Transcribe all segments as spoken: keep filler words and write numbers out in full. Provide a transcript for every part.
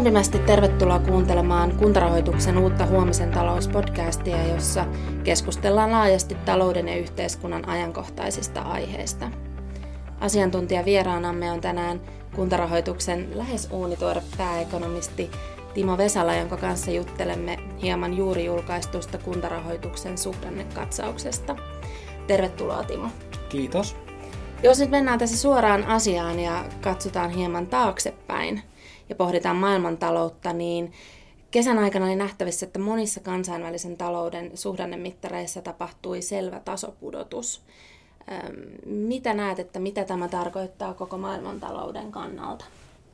Lämpimästi tervetuloa kuuntelemaan Kuntarahoituksen uutta Huomisen talouspodcastia, jossa keskustellaan laajasti talouden ja yhteiskunnan ajankohtaisista aiheista. Asiantuntijavieraanamme on tänään Kuntarahoituksen lähes uunituore pääekonomisti Timo Vesala, jonka kanssa juttelemme hieman juuri julkaistusta Kuntarahoituksen suhdannekatsauksesta. Tervetuloa, Timo. Kiitos. Jos nyt mennään tässä suoraan asiaan ja katsotaan hieman taaksepäin ja pohditaan maailmantaloutta, niin kesän aikana oli nähtävissä, että monissa kansainvälisen talouden suhdannemittareissa tapahtui selvä tasopudotus. Mitä näet, että mitä tämä tarkoittaa koko maailmantalouden kannalta?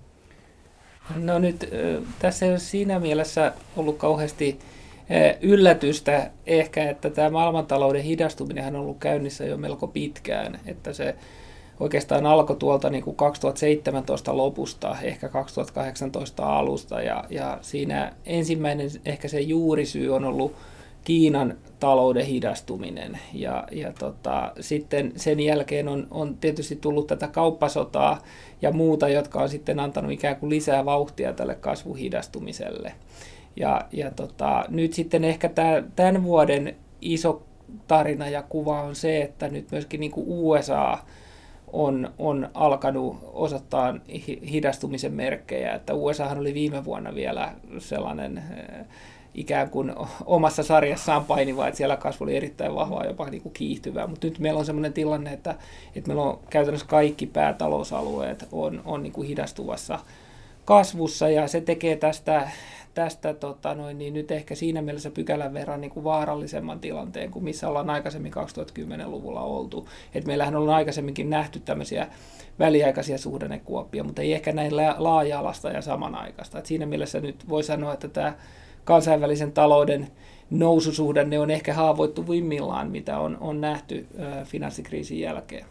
No nyt tässä ei ole siinä mielessä ollut kauheasti yllätystä ehkä, että tämä maailmantalouden hidastuminen on ollut käynnissä jo melko pitkään, että se oikeastaan alkoi tuolta niin kuin kaksituhattaseitsemäntoista lopusta, ehkä kaksituhattakahdeksantoista alusta, ja, ja siinä ensimmäinen ehkä se juurisyy on ollut Kiinan talouden hidastuminen, ja, ja tota, sitten sen jälkeen on, on tietysti tullut tätä kauppasotaa ja muuta, jotka on sitten antanut ikään kuin lisää vauhtia tälle kasvuhidastumiselle. Ja, ja tota, nyt sitten ehkä tämä, tämän vuoden iso tarina ja kuva on se, että nyt myöskin niin kuin U S A on, on alkanut osoittaa hidastumisen merkkejä, että U S Ahan oli viime vuonna vielä sellainen äh, ikään kuin omassa sarjassaan painiva, että siellä kasvu oli erittäin vahvaa, jopa niin kuin kiihtyvää, mutta nyt meillä on sellainen tilanne, että, että meillä on käytännössä kaikki päätalousalueet on, on niin kuin hidastuvassa kasvussa, ja se tekee tästä, tästä tota noin, niin nyt ehkä siinä mielessä pykälän verran niin kuin vaarallisemman tilanteen kuin missä ollaan aikaisemmin kaksituhattakymmenluvulla oltu. Et meillähän on aikaisemminkin nähty tämmöisiä väliaikaisia suhdannekuoppia, mutta ei ehkä näin laaja-alasta ja samanaikaista. Et siinä mielessä nyt voi sanoa, että tämä kansainvälisen talouden noususuhdanne on ehkä haavoittuvimmillaan, mitä on, on nähty ö, finanssikriisin jälkeen.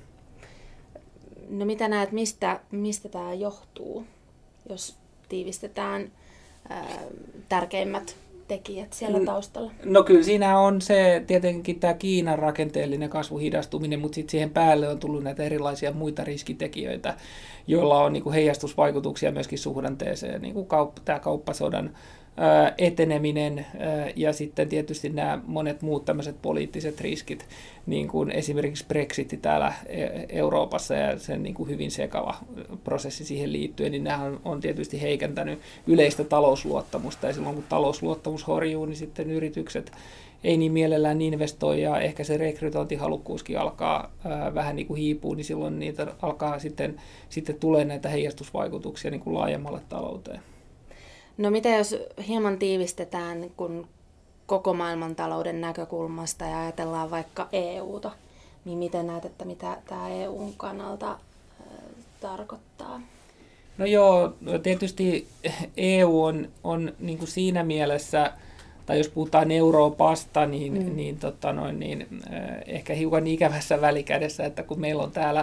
No mitä näet, mistä, mistä tämä johtuu, jos tiivistetään ää, tärkeimmät tekijät siellä taustalla? No kyllä siinä on se tietenkin tämä Kiinan rakenteellinen kasvuhidastuminen, mutta sitten siihen päälle on tullut näitä erilaisia muita riskitekijöitä, joilla on niin kuin heijastusvaikutuksia myöskin suhdanteeseen, niin kuin kaup- tämä kauppasodan eteneminen ja sitten tietysti nämä monet muut tämmöiset poliittiset riskit, niin kuin esimerkiksi Brexit täällä Euroopassa ja sen niin kuin hyvin sekava prosessi siihen liittyen, niin nämä on tietysti heikentänyt yleistä talousluottamusta, ja silloin kun talousluottamus horjuu, niin sitten yritykset ei niin mielellään investoi, ja ehkä se rekrytointihalukkuuskin alkaa ää, vähän niin kuin hiipua, niin silloin niitä alkaa sitten, sitten tulee näitä heijastusvaikutuksia niin kuin laajemmalle talouteen. No mitä jos hieman tiivistetään kun koko maailmantalouden näkökulmasta ja ajatellaan vaikka E U:ta, niin miten näet, että mitä tämä E U:n kannalta äh, tarkoittaa? No joo, tietysti E U on, on niin kuin siinä mielessä, tai jos puhutaan Euroopasta, niin, mm. niin, tota noin, niin äh, ehkä hiukan ikävässä välikädessä, että kun meillä on täällä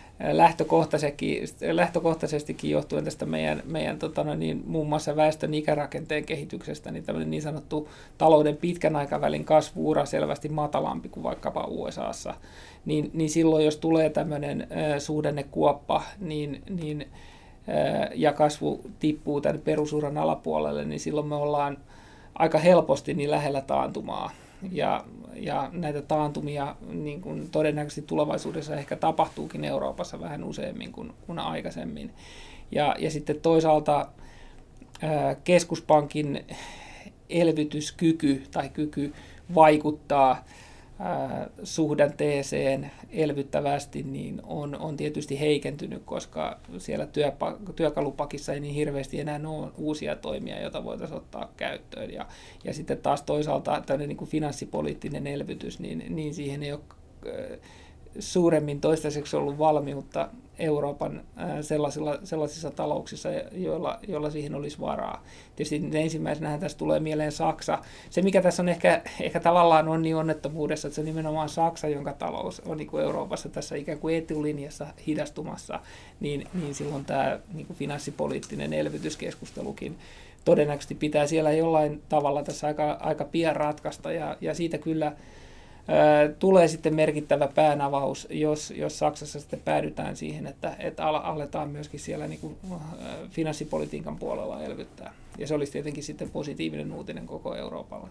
lähtökohtaisestikin johtuen tästä meidän, meidän tota no niin, muun muassa väestön ikärakenteen kehityksestä, niin tämmöinen niin sanottu talouden pitkän aikavälin kasvu-ura selvästi matalampi kuin vaikkapa U S A:ssa, niin, niin silloin jos tulee tämmöinen äh, suhdannekuoppa niin, niin, äh, ja kasvu tippuu tämän perusuran alapuolelle, niin silloin me ollaan aika helposti niin lähellä taantumaa. Ja, ja näitä taantumia niin kuin todennäköisesti tulevaisuudessa ehkä tapahtuukin Euroopassa vähän useammin kuin, kuin aikaisemmin. Ja, ja sitten toisaalta ää, keskuspankin elvytyskyky tai kyky vaikuttaa ää, suhdanteeseen elvyttävästi niin on, on tietysti heikentynyt, koska siellä työpa, työkalupakissa ei niin hirveästi enää ole uusia toimia, joita voitaisiin ottaa käyttöön. Ja, ja sitten taas toisaalta tämmöinen niin kuin finanssipoliittinen elvytys, niin, niin siihen ei ole suuremmin toistaiseksi ollut valmiutta Euroopan sellaisilla, sellaisissa talouksissa, joilla, joilla siihen olisi varaa. Tietysti ensimmäisenähän tässä tulee mieleen Saksa. Se, mikä tässä on ehkä, ehkä tavallaan on niin onnettomuudessa, että se on nimenomaan Saksa, jonka talous on niin kuin Euroopassa tässä ikään kuin etulinjassa hidastumassa, niin, niin silloin tämä niin kuin finanssipoliittinen elvytyskeskustelukin todennäköisesti pitää siellä jollain tavalla tässä aika, aika pian ratkaista, ja, ja siitä kyllä tulee sitten merkittävä päänavaus, jos, jos Saksassa sitten päädytään siihen, että, että aletaan myöskin siellä niin kuin finanssipolitiikan puolella elvyttää. Ja se olisi tietenkin sitten positiivinen uutinen koko Euroopalle.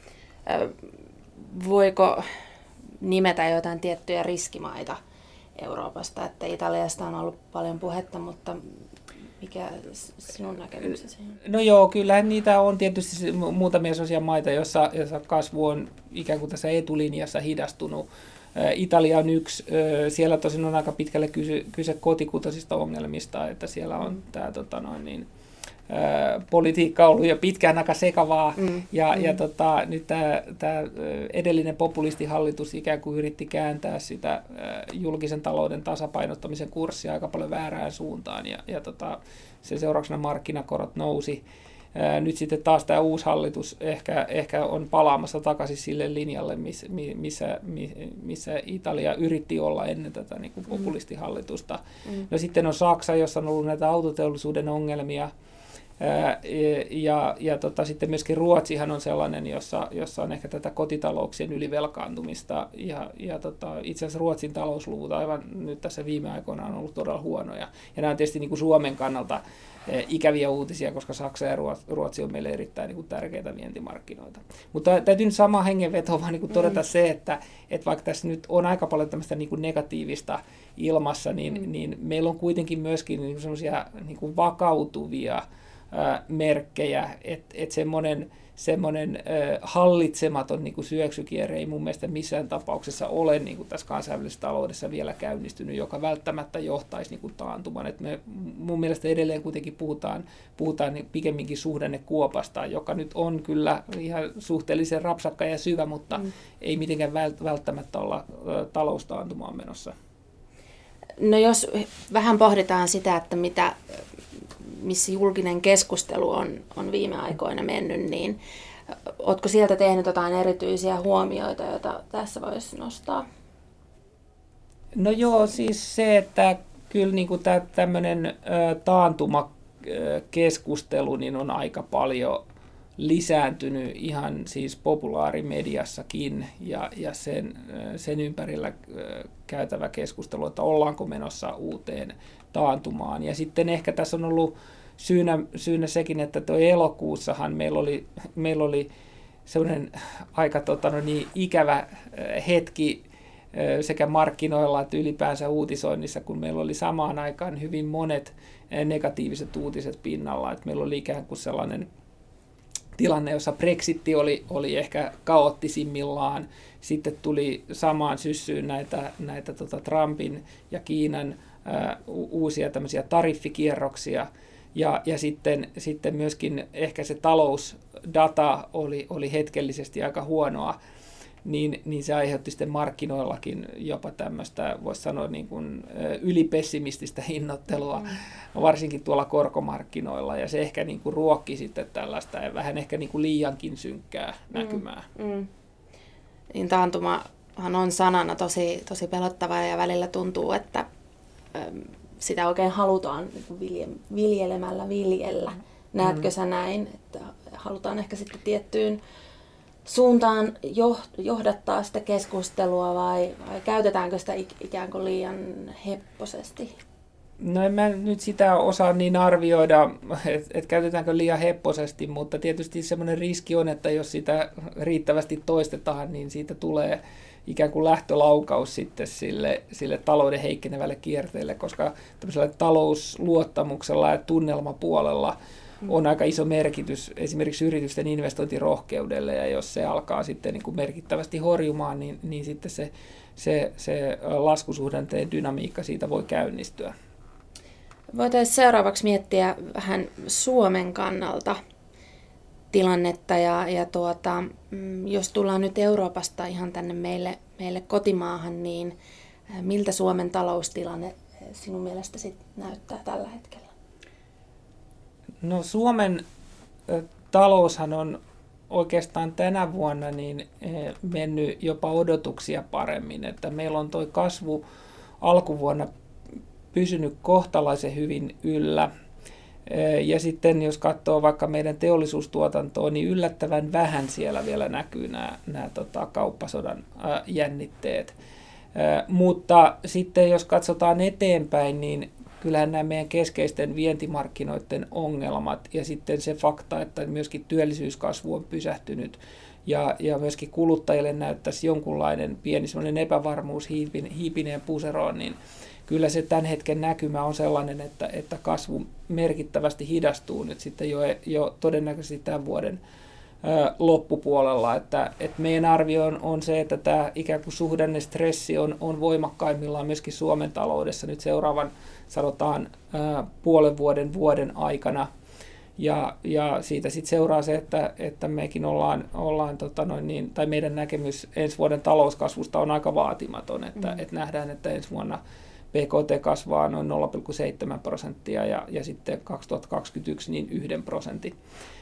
Voiko nimetä jotain tiettyjä riskimaita Euroopasta? Että Italiasta on ollut paljon puhetta, mutta mikä sinun näkemyksesi on? No joo, kyllähän niitä on tietysti muutamia sellaisia maita, joissa, joissa kasvu on ikään kuin tässä etulinjassa hidastunut. Italia on yksi. Siellä tosin on aika pitkälle kyse, kyse kotikutoisista ongelmista, että siellä on mm. tämä tota noin niin, politiikka on ollut jo pitkään aika sekavaa, mm, ja, mm. ja tota, nyt tämä, tämä edellinen populistihallitus ikään kuin yritti kääntää sitä julkisen talouden tasapainottamisen kurssia aika paljon väärään suuntaan, ja, ja tota, sen seurauksena markkinakorot nousi. Nyt sitten taas tämä uusi hallitus ehkä, ehkä on palaamassa takaisin sille linjalle, missä, missä, missä Italia yritti olla ennen tätä niin kuin populistihallitusta. Mm. No sitten on Saksa, jossa on ollut näitä autoteollisuuden ongelmia. Ja, ja tota, sitten myöskin Ruotsihan on sellainen, jossa, jossa on ehkä tätä kotitalouksien ylivelkaantumista, ja, ja tota, itse asiassa Ruotsin talousluvut aivan nyt tässä viime aikoina on ollut todella huonoja. Ja nämä on tietysti niin kuin Suomen kannalta ikäviä uutisia, koska Saksa ja Ruotsi on meille erittäin niin kuin tärkeitä vientimarkkinoita. Mutta täytyy nyt sama hengenveto vaan niin kuin todeta mm. se, että, että vaikka tässä nyt on aika paljon tämmöistä niin kuin negatiivista ilmassa, niin, mm. niin meillä on kuitenkin myöskin niin kuin semmoisia niin kuin vakautuvia merkkejä, että et semmoinen, semmoinen äh, hallitsematon niin kuin syöksykierre ei mun mielestä missään tapauksessa ole niin kuin tässä kansainvälisessä taloudessa vielä käynnistynyt, joka välttämättä johtaisi niin kuin taantumaan. Et me mun mielestä edelleen kuitenkin puhutaan, puhutaan niin pikemminkin suhdannekuopasta, joka nyt on kyllä ihan suhteellisen rapsakka ja syvä, mutta mm. ei mitenkään välttämättä olla äh, taloustaantumaan menossa. No jos vähän pohditaan sitä, että mitä missä julkinen keskustelu on, on viime aikoina mennyt, niin oletko sieltä tehnyt jotain erityisiä huomioita, joita tässä voisi nostaa? No joo, siis se, että kyllä niin kuin tämä tämmöinen taantumakeskustelu niin on aika paljon lisääntynyt ihan siis populaarimediassakin, ja, ja sen, sen ympärillä käytävä keskustelu, että ollaanko menossa uuteen taantumaan. Ja sitten ehkä tässä on ollut syynä, syynä sekin, että tuo elokuussahan meillä oli, meillä oli sellainen aika tota, no niin, ikävä hetki sekä markkinoilla että ylipäänsä uutisoinnissa, kun meillä oli samaan aikaan hyvin monet negatiiviset uutiset pinnalla. Että meillä oli ikään kuin sellainen tilanne, jossa Brexit oli, oli ehkä kaoottisimmillaan. Sitten tuli samaan syssyyn näitä, näitä tota Trumpin ja Kiinan ää, uusia tämmöisiä tariffikierroksia. Ja, ja sitten, sitten myöskin ehkä se talousdata oli, oli hetkellisesti aika huonoa, niin, niin se aiheutti sitten markkinoillakin jopa tämmöistä, voisi sanoa, niin kuin ylipessimististä hinnoittelua, mm. varsinkin tuolla korkomarkkinoilla, ja se ehkä niin kuin ruokki sitten tällaista ja vähän ehkä niin kuin liiankin synkkää mm. näkymää. Mm. Niin taantumahan on sanana tosi, tosi pelottava, ja välillä tuntuu, että äm, sitä oikein halutaan vilje, viljelemällä viljellä. Näetkö mm. sä näin, että halutaan ehkä sitten tiettyyn suuntaan johdattaa sitä keskustelua, vai, vai käytetäänkö sitä ikään kuin liian hepposesti? No en mä nyt sitä osaa niin arvioida, että et käytetäänkö liian hepposesti, mutta tietysti semmoinen riski on, että jos sitä riittävästi toistetaan, niin siitä tulee ikään kuin lähtölaukaus sitten sille, sille talouden heikkenevälle kierteelle, koska tämmöisellä talousluottamuksella ja tunnelmapuolella on aika iso merkitys esimerkiksi yritysten investointirohkeudelle, ja jos se alkaa sitten niin kuin merkittävästi horjumaan, niin, niin sitten se, se, se laskusuhdanteen dynamiikka siitä voi käynnistyä. Voitaisiin seuraavaksi miettiä vähän Suomen kannalta tilannetta, ja, ja tuota, jos tullaan nyt Euroopasta ihan tänne meille, meille kotimaahan, niin miltä Suomen taloustilanne sinun mielestäsi näyttää tällä hetkellä? No Suomen taloushan on oikeastaan tänä vuonna niin mennyt jopa odotuksia paremmin, että meillä on tuo kasvu alkuvuonna pysynyt kohtalaisen hyvin yllä. Ja sitten jos katsoo vaikka meidän teollisuustuotantoa, niin yllättävän vähän siellä vielä näkyy nämä, nämä tota, kauppasodan ää, jännitteet. Ää, mutta sitten jos katsotaan eteenpäin, niin kyllähän nämä meidän keskeisten vientimarkkinoiden ongelmat ja sitten se fakta, että myöskin työllisyyskasvu on pysähtynyt ja, ja myöskin kuluttajille näyttäisi jonkunlainen pieni sellainen epävarmuus hiipineen puseroon, niin kyllä se tämän hetken näkymä on sellainen, että, että kasvu merkittävästi hidastuu nyt sitten jo, jo todennäköisesti tämän vuoden ö, loppupuolella. Että, että meidän arvio on, on se, että tämä ikään kuin suhdannestressi on, on voimakkaimmillaan myöskin Suomen taloudessa nyt seuraavan, sanotaan, ö, puolen vuoden vuoden aikana. Ja, ja siitä sitten seuraa se, että, että mekin ollaan, ollaan tota noin niin, tai meidän näkemys ensi vuoden talouskasvusta on aika vaatimaton, että, mm. että nähdään, että ensi vuonna B K T kasvaa noin nolla pilkku seitsemän prosenttia ja, ja sitten kaksituhattakaksikymmentäyksi niin yhden prosentin.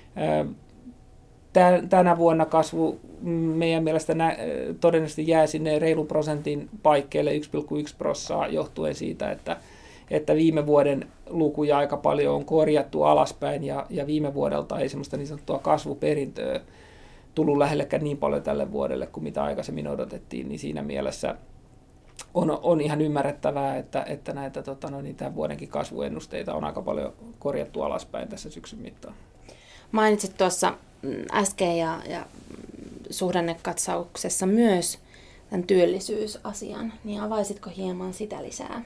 Tänä vuonna kasvu meidän mielestä nä, todennäköisesti jää sinne reilun prosentin paikkeille yksi pilkku yksi prosenttia johtuen siitä, että, että viime vuoden lukuja aika paljon on korjattu alaspäin ja, ja viime vuodelta ei semmoista niin sanottua kasvuperintöä tullut lähellekään niin paljon tälle vuodelle kuin mitä aikaisemmin odotettiin, niin siinä mielessä On, on ihan ymmärrettävää, että, että näitä tota, no, niin tämän vuodenkin kasvuennusteita on aika paljon korjattu alaspäin tässä syksyn mittaan. Mainitsit tuossa äsken ja, ja suhdannekatsauksessa myös tämän työllisyysasian, niin avaisitko hieman sitä lisää?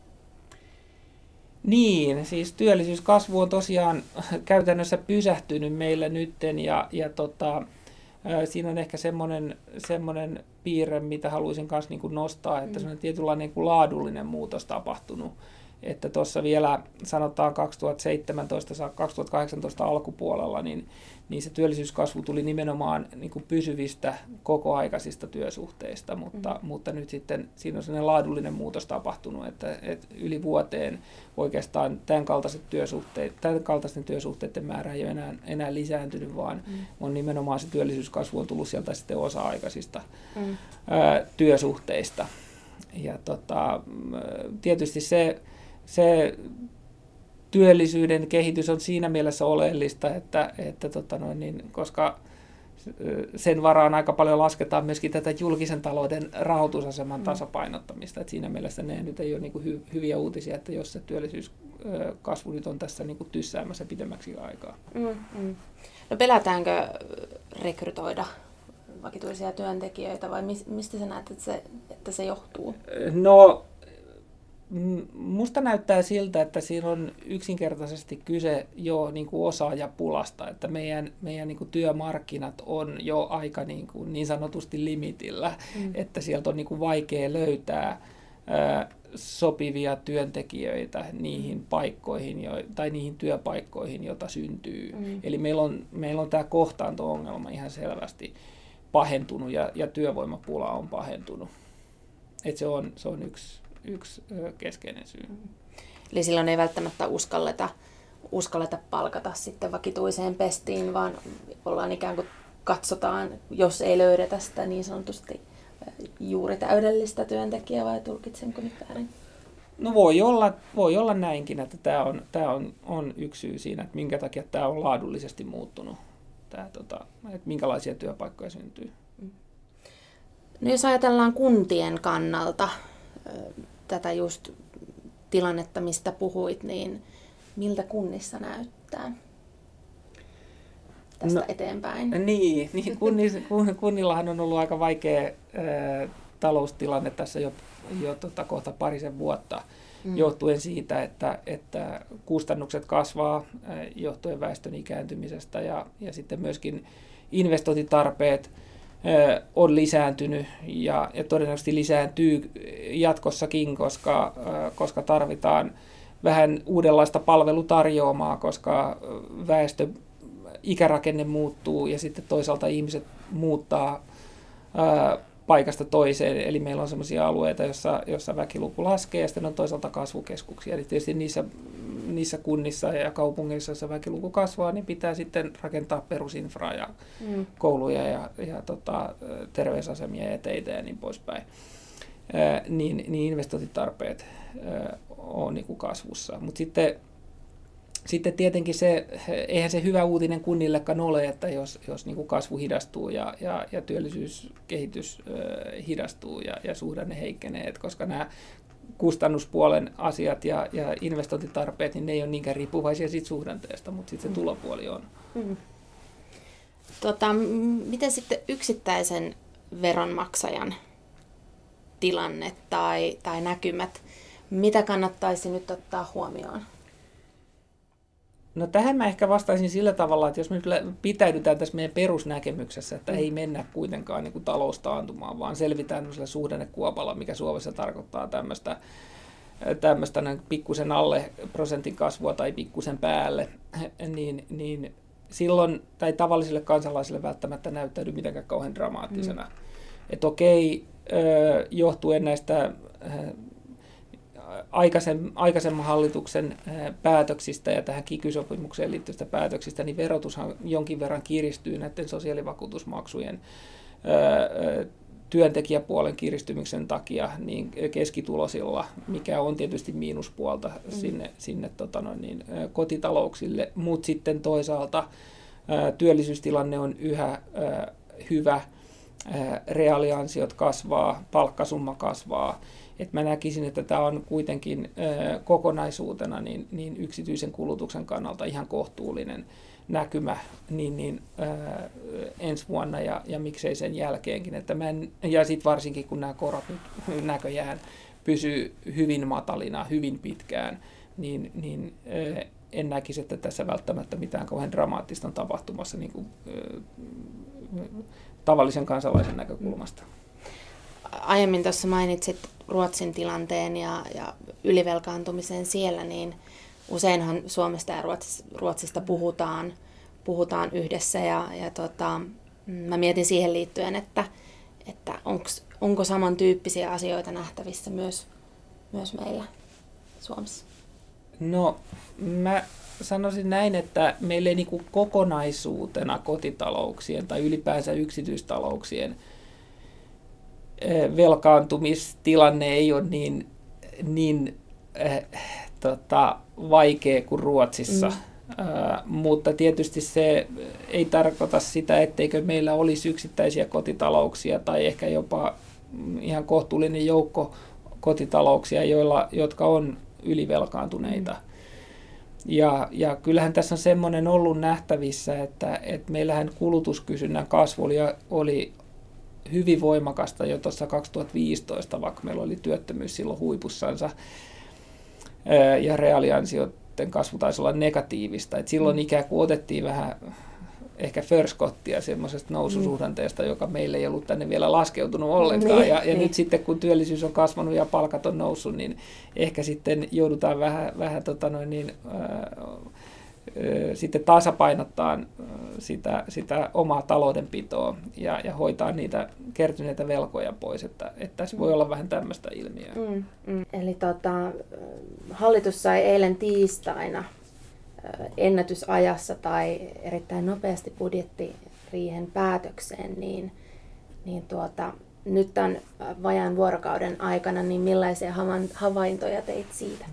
Niin, siis työllisyyskasvu on tosiaan käytännössä pysähtynyt meillä nytten ja, ja tota, siinä on ehkä semmoinen, semmoinen piirre, mitä haluaisin myös niin kuin nostaa, että se on tietynlainen niin kuin laadullinen muutos tapahtunut. Että tuossa vielä sanotaan kaksituhattaseitsemäntoista kaksituhattakahdeksantoista alkupuolella, niin, niin se työllisyyskasvu tuli nimenomaan niin kuin pysyvistä kokoaikaisista työsuhteista, mutta, mm. mutta nyt sitten siinä on sellainen laadullinen muutos tapahtunut, että, että yli vuoteen oikeastaan tämän, kaltaiset työsuhteet, tämän kaltaisten työsuhteiden määrä ei ole enää, enää lisääntynyt, vaan mm. on nimenomaan se työllisyyskasvu on tullut sieltä sitten osa-aikaisista mm. ää, työsuhteista. Ja tota, tietysti se Se työllisyyden kehitys on siinä mielessä oleellista, että, että tota noin, niin, koska sen varaan aika paljon lasketaan myöskin tätä julkisen talouden rahoitusaseman tasapainottamista. Että siinä mielessä ne nyt ei ole niin kuin hy, hyviä uutisia, että jos se työllisyyskasvu nyt on tässä niin kuin tyssäämässä pidemmäksi aikaa. Mm, mm. No pelätäänkö rekrytoida vakituisia työntekijöitä vai mistä sä näet, että se, että se johtuu? No, musta näyttää siltä, että siinä on yksinkertaisesti kyse jo niin kuin osaajapulasta, että meidän, meidän niin kuin työmarkkinat on jo aika niin, kuin niin sanotusti limitillä, mm. että sieltä on niin kuin vaikea löytää ää, sopivia työntekijöitä niihin paikkoihin jo, tai niihin työpaikkoihin, joita syntyy. Mm. Eli meillä on, meillä on tämä kohtaanto-ongelma ihan selvästi pahentunut ja, ja työvoimapula on pahentunut. Et se on, se on yksi yksi keskeinen syy. Eli silloin ei välttämättä uskalleta, uskalleta palkata sitten vakituiseen pestiin, vaan ollaan ikään kuin katsotaan, jos ei löydetä sitä niin sanotusti juuri täydellistä työntekijää, vai tulkitsenko nyt väärin? No voi olla, voi olla näinkin, että tämä on, tämä on, on yksi syy siinä, että minkä takia tämä on laadullisesti muuttunut, tämä, tota, että minkälaisia työpaikkoja syntyy. No jos ajatellaan kuntien kannalta tätä just tilannetta, mistä puhuit, niin miltä kunnissa näyttää tästä no, eteenpäin? Niin, niin kunnis, kunnillahan on ollut aika vaikea ää, taloustilanne tässä jo, jo tota, kohta parisen vuotta, mm. johtuen siitä, että, että kustannukset kasvaa ää, johtuen väestön ikääntymisestä ja, ja sitten myöskin investointitarpeet on lisääntynyt ja, ja todennäköisesti lisääntyy jatkossakin, koska, koska tarvitaan vähän uudenlaista palvelutarjoamaa, koska väestö, ikärakenne muuttuu ja sitten toisaalta ihmiset muuttaa ää, paikasta toiseen. Eli meillä on sellaisia alueita, joissa, joissa väkiluku laskee ja sitten on toisaalta kasvukeskuksia. Eli tietysti niissä, niissä kunnissa ja kaupungeissa, joissa väkiluku kasvaa, niin pitää sitten rakentaa perusinfraa ja mm. kouluja ja, ja tota, terveysasemia ja teitä ja niin poispäin. Ää, niin, niin investointitarpeet ää, on niin kuin kasvussa. Mutta sitten sitten tietenkin se, eihän se hyvä uutinen kunnillekaan ole, että jos, jos niin kuin kasvu hidastuu ja, ja, ja työllisyyskehitys äh, hidastuu ja, ja suhdanne heikkenee, että koska nämä kustannuspuolen asiat ja, ja investointitarpeet, niin ne ei ole niinkään riippuvaisia siitä suhdanteesta, mutta sitten se tulopuoli on. Mm. Tota, miten sitten yksittäisen veronmaksajan tilanne tai, tai näkymät, mitä kannattaisi nyt ottaa huomioon? No tähän mä ehkä vastaisin sillä tavalla, että jos me pitäydytään tässä meidän perusnäkemyksessä, että mm. ei mennä kuitenkaan niin kuin taloustaantumaan, vaan selvitään suhdannekuopalla, mikä Suomessa tarkoittaa tämmöistä, tämmöistä pikkusen alle prosentin kasvua tai pikkusen päälle, niin, niin silloin, tai tavallisille kansalaisille välttämättä näyttäydy mitenkään kauhean dramaattisena. Mm. Että okei, johtuen näistä aikaisemman hallituksen päätöksistä ja tähän kiky-sopimukseen liittyvistä päätöksistä, niin verotushan jonkin verran kiristyy näiden sosiaalivakuutusmaksujen työntekijäpuolen kiristymisen takia niin keskitulosilla, mikä on tietysti miinuspuolta mm. sinne, sinne tota noin, niin, kotitalouksille, mutta sitten toisaalta ää, työllisyystilanne on yhä ää, hyvä, ää, reaaliansiot kasvaa, palkkasumma kasvaa. Et mä näkisin, että tämä on kuitenkin ää, kokonaisuutena niin, niin yksityisen kulutuksen kannalta ihan kohtuullinen näkymä niin, niin, ää, ensi vuonna ja, ja miksei sen jälkeenkin. Että mä en, ja sitten varsinkin, kun nämä korot nyt näköjään pysyy hyvin matalina, hyvin pitkään, niin, niin ää, en näkisi, että tässä välttämättä mitään kauhean dramaattista on tapahtumassa niin kuin, ää, tavallisen kansalaisen näkökulmasta. Aiemmin tuossa mainitsit Ruotsin tilanteen ja, ja ylivelkaantumisen siellä, niin useinhan Suomesta ja Ruotsista puhutaan, puhutaan yhdessä ja, ja tota, mä mietin siihen liittyen, että, että onks, onko samantyyppisiä asioita nähtävissä myös, myös meillä Suomessa? No mä sanoisin näin, että meillä ei niinku kokonaisuutena kotitalouksien tai ylipäänsä yksityistalouksien velkaantumistilanne ei ole niin, niin äh, tota, vaikea kuin Ruotsissa, mm. äh, mutta tietysti se ei tarkoita sitä, etteikö meillä olisi yksittäisiä kotitalouksia tai ehkä jopa ihan kohtuullinen joukko kotitalouksia, joilla, jotka on ylivelkaantuneita. Mm. Ja, ja kyllähän tässä on semmoinen ollut nähtävissä, että, että meillähän kulutuskysynnän kasvu oli, oli hyvin voimakasta jo tuossa kaksituhattaviisitoista, vaikka meillä oli työttömyys silloin huipussansa ja reaaliansioiden kasvu taisi olla negatiivista. Et silloin mm. ikään kuin otettiin vähän ehkä förskottia semmoisesta noususuhdanteesta, joka meillä ei ollut tänne vielä laskeutunut ollenkaan. Niin, ja ja niin. Nyt sitten kun työllisyys on kasvanut ja palkat on noussut, niin ehkä sitten joudutaan vähän, vähän tota noin niin, ää, sitten tasapainottaa sitä, sitä omaa taloudenpitoa ja, ja hoitaa niitä kertyneitä velkoja pois, että, että tässä voi olla vähän tämmöistä ilmiöä. Mm, mm. Eli tota, hallitus sai eilen tiistaina ennätysajassa tai erittäin nopeasti budjettiriihen päätökseen, niin, niin tuota, nyt tämän vajaan vuorokauden aikana, niin millaisia havaintoja teit siitä?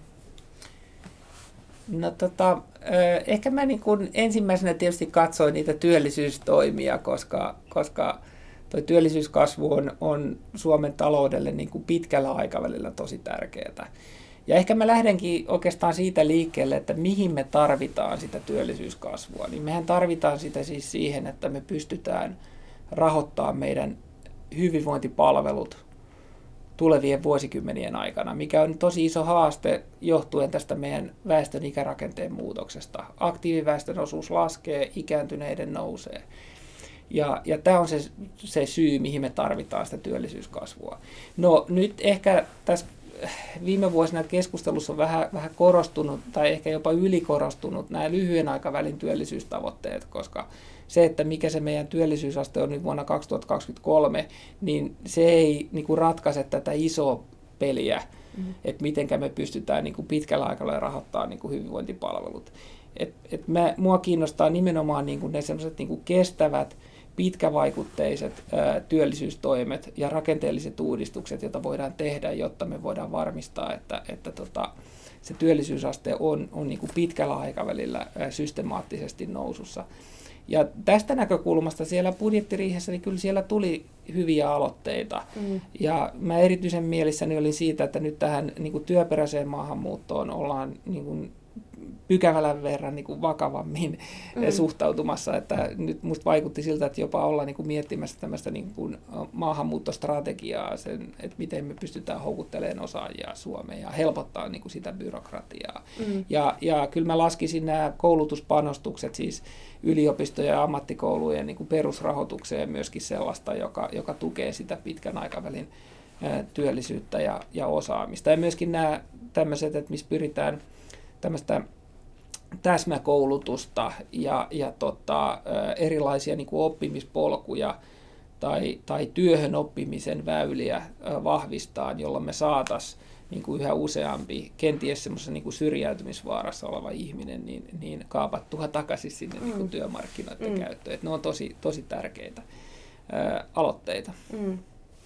No tota, ehkä mä niin kuin ensimmäisenä tietysti katsoin niitä työllisyystoimia, koska, koska toi työllisyyskasvu on, on Suomen taloudelle niin kuin pitkällä aikavälillä tosi tärkeää. Ja ehkä mä lähdenkin oikeastaan siitä liikkeelle, että mihin me tarvitaan sitä työllisyyskasvua. Niin mehän tarvitaan sitä siis siihen, että me pystytään rahoittamaan meidän hyvinvointipalvelut tulevien vuosikymmenien aikana, mikä on tosi iso haaste johtuen tästä meidän väestön ikärakenteen muutoksesta. Aktiiviväestön osuus laskee, ikääntyneiden nousee. Ja, ja tämä on se, se syy, mihin me tarvitaan sitä työllisyyskasvua. No nyt ehkä tässä viime vuosina keskustelussa on vähän, vähän korostunut tai ehkä jopa ylikorostunut nämä lyhyen aikavälin työllisyystavoitteet, koska se, että mikä se meidän työllisyysaste on nyt vuonna kaksituhattakaksikymmentäkolme, niin se ei niin kuin ratkaise tätä isoa peliä, mm-hmm. että miten me pystytään niin kuin pitkällä aikavälillä rahoittamaan niin kuin hyvinvointipalvelut. Et, et mä, mua kiinnostaa nimenomaan niin kuin ne sellaiset niin kuin kestävät, pitkävaikutteiset ää, työllisyystoimet ja rakenteelliset uudistukset, joita voidaan tehdä, jotta me voidaan varmistaa, että, että tota, se työllisyysaste on, on niin kuin pitkällä aikavälillä systemaattisesti nousussa. Ja tästä näkökulmasta siellä budjettiriihessä, niin kyllä siellä tuli hyviä aloitteita. Mm. Ja mä erityisen mielissäni olin siitä, että nyt tähän niin kuin työperäiseen maahanmuuttoon ollaan niin kuin pykävälän verran niin kuin vakavammin mm. suhtautumassa. Että nyt musta vaikutti siltä, että jopa ollaan niin kuin miettimässä tämmöistä niin kuin maahanmuuttostrategiaa, sen, että miten me pystytään houkuttelemaan osaajia Suomeen ja helpottaa niin kuin sitä byrokratiaa. Mm. Ja, ja kyllä mä laskisin nämä koulutuspanostukset, siis yliopistojen ja ammattikoulujen niin kuin perusrahoitukseen myöskin sellaista, joka, joka tukee sitä pitkän aikavälin ää, työllisyyttä ja, ja osaamista. Ja myöskin nämä tämmöiset, että missä pyritään tämmöistä täsmäkoulutusta ja, ja tota, erilaisia niin kuin oppimispolkuja tai, tai työhön oppimisen väyliä vahvistaa, jolloin me saataisiin niin kuin yhä useampi, kenties semmoisessa niin kuin syrjäytymisvaarassa oleva ihminen, niin, niin kaapattua takaisin sinne mm. niin kuin työmarkkinoiden mm. käyttöön. Että ne on tosi, tosi tärkeitä ää, aloitteita. Mm.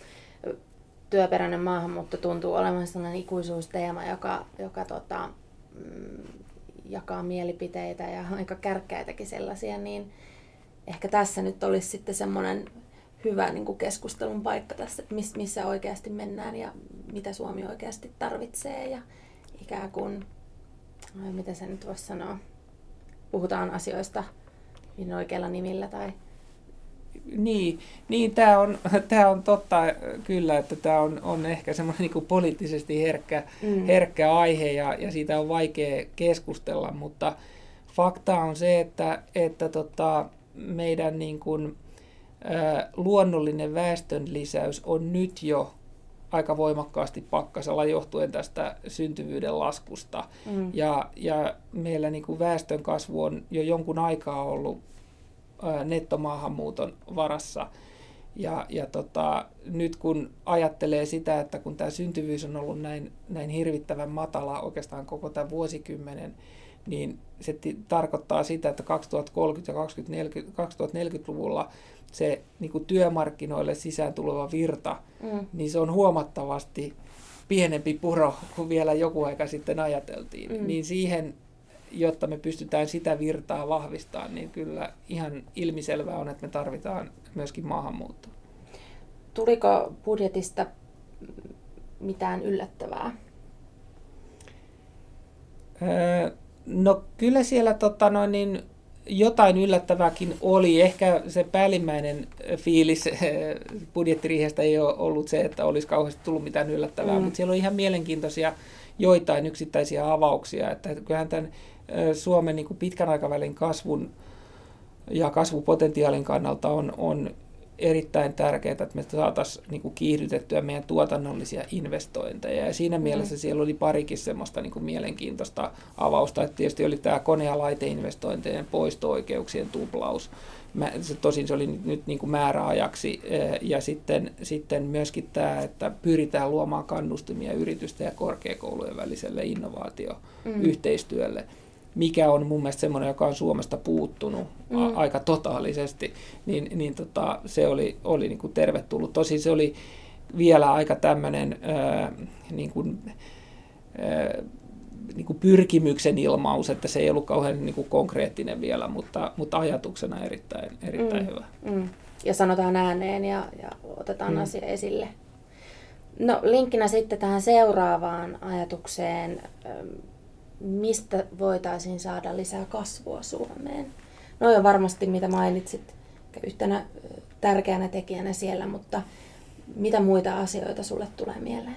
Työperäinen maahanmuutto tuntuu olevan sellainen ikuisuusteema, joka, joka tota, mm, jakaa mielipiteitä ja aika kärkkäitäkin sellaisia, niin ehkä tässä nyt olisi sitten semmoinen hyvä niin kuin keskustelun paikka tässä, että missä oikeasti mennään ja mitä Suomi oikeasti tarvitsee ja ikään kuin, miten se nyt voisi sanoa, puhutaan asioista niin oikeilla nimillä tai... Niin, niin tämä on, tämä on totta kyllä, että tämä on, on ehkä semmoinen niin kuin poliittisesti herkkä, mm. herkkä aihe ja, ja siitä on vaikea keskustella, mutta fakta on se, että, että tota, meidän niin kuin, ä, luonnollinen väestön lisäys on nyt jo aika voimakkaasti pakkasella johtuen tästä syntyvyyden laskusta. Mm. Ja, ja meillä niin kuin väestön kasvu on jo jonkun aikaa ollut ä, nettomaahanmuuton varassa. Ja, ja tota, nyt kun ajattelee sitä, että kun tämä syntyvyys on ollut näin, näin hirvittävän matala oikeastaan koko tämän vuosikymmenen, niin se t- tarkoittaa sitä, että kaksituhattakolmekymmentä- ja kaksituhattaneljäkymmentäluvulla se niin kuin työmarkkinoille sisään tuleva virta, mm. niin se on huomattavasti pienempi puro kuin vielä joku aika sitten ajateltiin. Mm. Niin siihen, jotta me pystytään sitä virtaa vahvistamaan, niin kyllä ihan ilmiselvää on, että me tarvitaan myöskin maahanmuuttoa. Tuliko budjetista mitään yllättävää? Öö, no kyllä siellä tota, noin, niin jotain yllättävääkin oli. Ehkä se päällimmäinen fiilis budjettiriihestä ei ole ollut se, että olisi kauheasti tullut mitään yllättävää, mm. mutta siellä on ihan mielenkiintoisia joitain yksittäisiä avauksia. Että kyllähän tämän Suomen niin kuin pitkän aikavälin kasvun ja kasvupotentiaalin kannalta on, on erittäin tärkeää, että me saataisiin niin kuin kiihdytettyä meidän tuotannollisia investointeja. Ja siinä mm. mielessä siellä oli parikin semmoista niin kuin mielenkiintoista avausta. Että tietysti oli tämä kone- ja laiteinvestointien poisto-oikeuksien tuplaus. Mä, se, tosin se oli nyt niin kuin määräajaksi. Ja sitten, sitten myöskin tämä, että pyritään luomaan kannustimia yritysten ja korkeakoulujen väliselle innovaatioyhteistyölle. Mm. Mikä on mun mielestä semmoinen, joka on Suomesta puuttunut mm. a- aika totaalisesti, niin, niin tota, se oli, oli niin kuin tervetullut. Tosin se oli vielä aika tämmöinen ää, niin kuin, ää, niin kuin pyrkimyksen ilmaus, että se ei ollut kauhean niin kuin konkreettinen vielä, mutta, mutta ajatuksena erittäin, erittäin mm. hyvä. Mm. Ja sanotaan ääneen ja, ja otetaan mm. asia esille. No linkkinä sitten tähän seuraavaan ajatukseen. Mistä voitaisiin saada lisää kasvua Suomeen? No on varmasti, mitä mainitsit, yhtenä tärkeänä tekijänä siellä, mutta mitä muita asioita sulle tulee mieleen?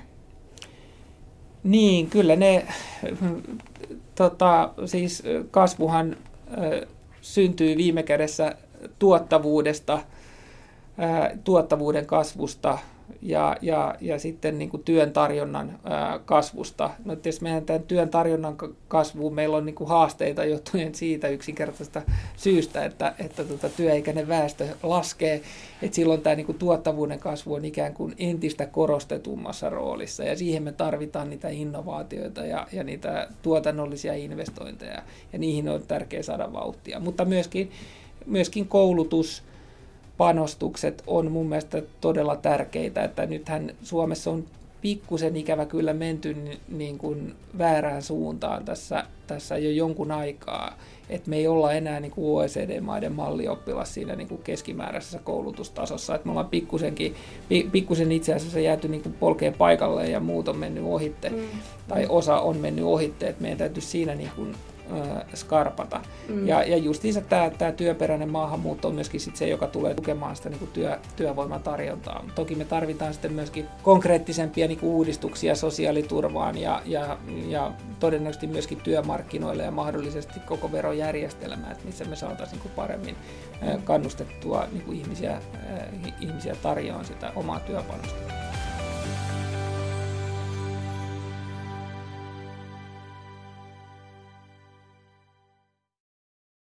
Niin, kyllä ne, tota, siis kasvuhan äh, syntyy viime kädessä tuottavuudesta, äh, tuottavuuden kasvusta, Ja, ja, ja sitten niin kuin työn tarjonnan ää, kasvusta. No tietysti meidän tämän työn tarjonnan kasvuun meillä on niin kuin haasteita johtuen siitä yksinkertaisesta syystä, että, että tuota, työikäinen väestö laskee, että silloin tämä niin kuin tuottavuuden kasvu on ikään kuin entistä korostetummassa roolissa ja siihen me tarvitaan niitä innovaatioita ja, ja niitä tuotannollisia investointeja ja niihin on tärkeää saada vauhtia, mutta myöskin, myöskin koulutus, panostukset on mun mielestä todella tärkeitä, että nythän Suomessa on pikkusen ikävä kyllä menty niin kuin väärään suuntaan tässä, tässä jo jonkun aikaa. Et me ei olla enää niin kuin O E C D-maiden mallioppilas siinä niin kuin keskimääräisessä koulutustasossa. Et me ollaan pikkusenkin, pikkusen itse asiassa jääty niin kuin polkeen paikalle ja muut on mennyt ohitte. Mm. Tai osa on mennyt ohitte. Et meidän täytyy siinä niin kuin skarpata. Mm. Ja, ja justiinsa tämä, tämä työperäinen maahanmuutto on myöskin sit se, joka tulee tukemaan sitä niin kuin työ, työvoiman tarjontaa. Toki me tarvitaan sitten myöskin konkreettisempia niin kuin uudistuksia sosiaaliturvaan ja, ja, ja todennäköisesti myöskin työmarkkinoille ja mahdollisesti koko verojärjestelmään, että missä me saataisiin niin kuin paremmin kannustettua niin kuin ihmisiä, ihmisiä tarjoamaan sitä omaa työpanosta.